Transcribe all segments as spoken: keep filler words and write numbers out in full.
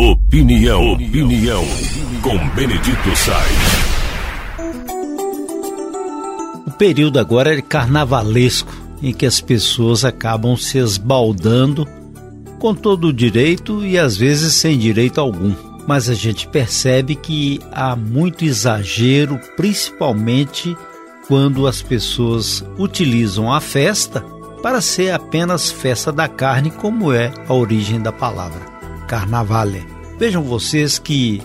Opinião, opinião, com Benedito Sainz. O período agora é carnavalesco, em que as pessoas acabam se esbaldando com todo o direito e às vezes sem direito algum. Mas a gente percebe que há muito exagero, principalmente quando as pessoas utilizam a festa para ser apenas festa da carne, como é a origem da palavra, carnavale. Vejam vocês que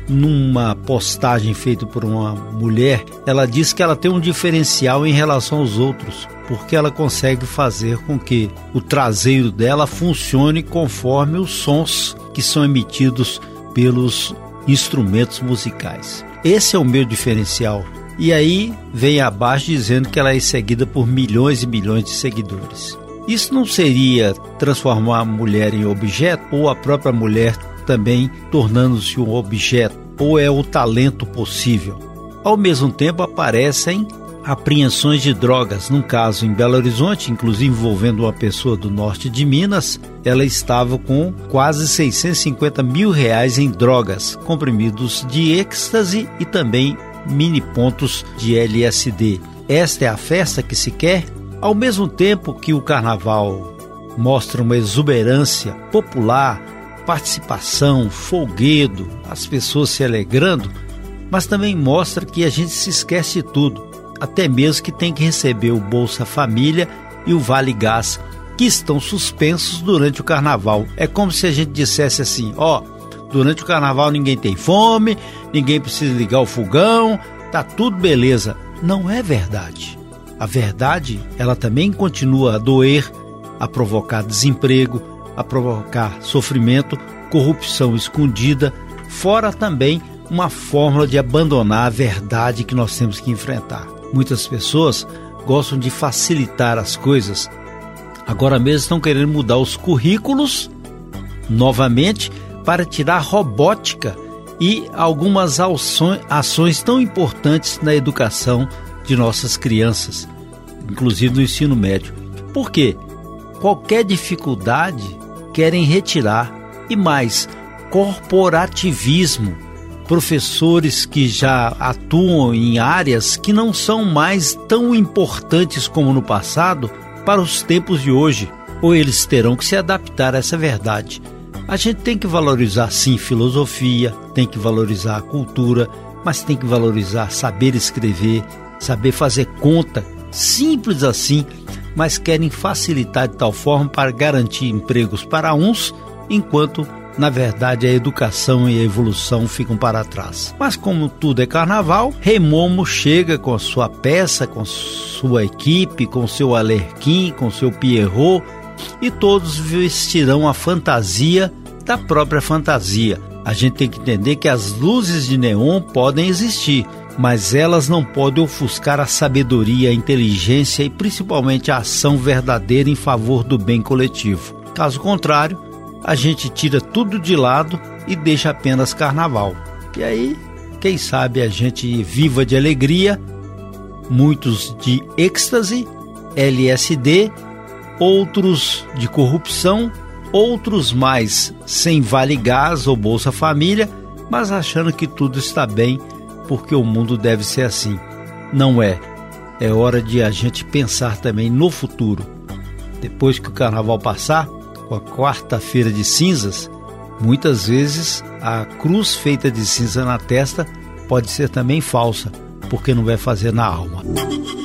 numa postagem feita por uma mulher, ela diz que ela tem um diferencial em relação aos outros, porque ela consegue fazer com que o traseiro dela funcione conforme os sons que são emitidos pelos instrumentos musicais. Esse é o meu diferencial. E aí vem abaixo dizendo que ela é seguida por milhões e milhões de seguidores. Isso não seria transformar a mulher em objeto, ou a própria mulher também tornando-se um objeto, ou é o talento possível? Ao mesmo tempo aparecem apreensões de drogas, num caso em Belo Horizonte, inclusive envolvendo uma pessoa do norte de Minas. Ela estava com quase seiscentos e cinquenta mil reais em drogas, comprimidos de êxtase e também mini pontos de L S D. Esta é a festa que se quer? Ao mesmo tempo que o carnaval mostra uma exuberância popular, participação, folguedo, as pessoas se alegrando, mas também mostra que a gente se esquece de tudo, até mesmo que tem que receber o Bolsa Família e o Vale Gás, que estão suspensos durante o carnaval. É como se a gente dissesse assim, ó, durante o carnaval ninguém tem fome, ninguém precisa ligar o fogão, tá tudo beleza. Não é verdade. A verdade, ela também continua a doer, a provocar desemprego, a provocar sofrimento, corrupção escondida, fora também uma fórmula de abandonar a verdade que nós temos que enfrentar. Muitas pessoas gostam de facilitar as coisas. Agora mesmo estão querendo mudar os currículos novamente para tirar robótica e algumas ações, ações tão importantes na educação de nossas crianças, inclusive no ensino médio. Por quê? Qualquer dificuldade querem retirar. E mais, corporativismo. Professores que já atuam em áreas que não são mais tão importantes como no passado para os tempos de hoje, ou eles terão que se adaptar a essa verdade. A gente tem que valorizar sim filosofia, tem que valorizar a cultura, mas tem que valorizar saber escrever, saber fazer conta, simples assim, mas querem facilitar de tal forma para garantir empregos para uns, enquanto na verdade a educação e a evolução ficam para trás. Mas como tudo é carnaval, Rei Momo chega com a sua peça, com sua equipe, com seu Alerquim, com seu Pierrot, e todos vestirão a fantasia da própria fantasia. A gente tem que entender que as luzes de neon podem existir, mas elas não podem ofuscar a sabedoria, a inteligência e principalmente a ação verdadeira em favor do bem coletivo. Caso contrário, a gente tira tudo de lado e deixa apenas carnaval. E aí, quem sabe a gente viva de alegria, muitos de êxtase, L S D, outros de corrupção, outros mais sem Vale Gás ou Bolsa Família, mas achando que tudo está bem, porque o mundo deve ser assim. Não é. É hora de a gente pensar também no futuro. Depois que o carnaval passar, com a quarta-feira de cinzas, muitas vezes a cruz feita de cinza na testa pode ser também falsa, porque não vai fazer na alma.